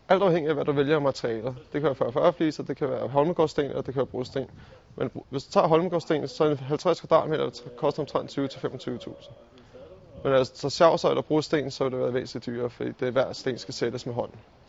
alt afhængig af, hvad du vælger af materialer. Det kan være 40 fliser, det kan være Holmegaardsten, og det kan være brosten. Men hvis du tager Holmegaardsten, så er en 50 kvadratmeter, koster omtrent 20-25.000. Men altså, så sjavsøjler eller brosten, så vil det være væsentligt dyrere, fordi hver sten skal sættes med hånd.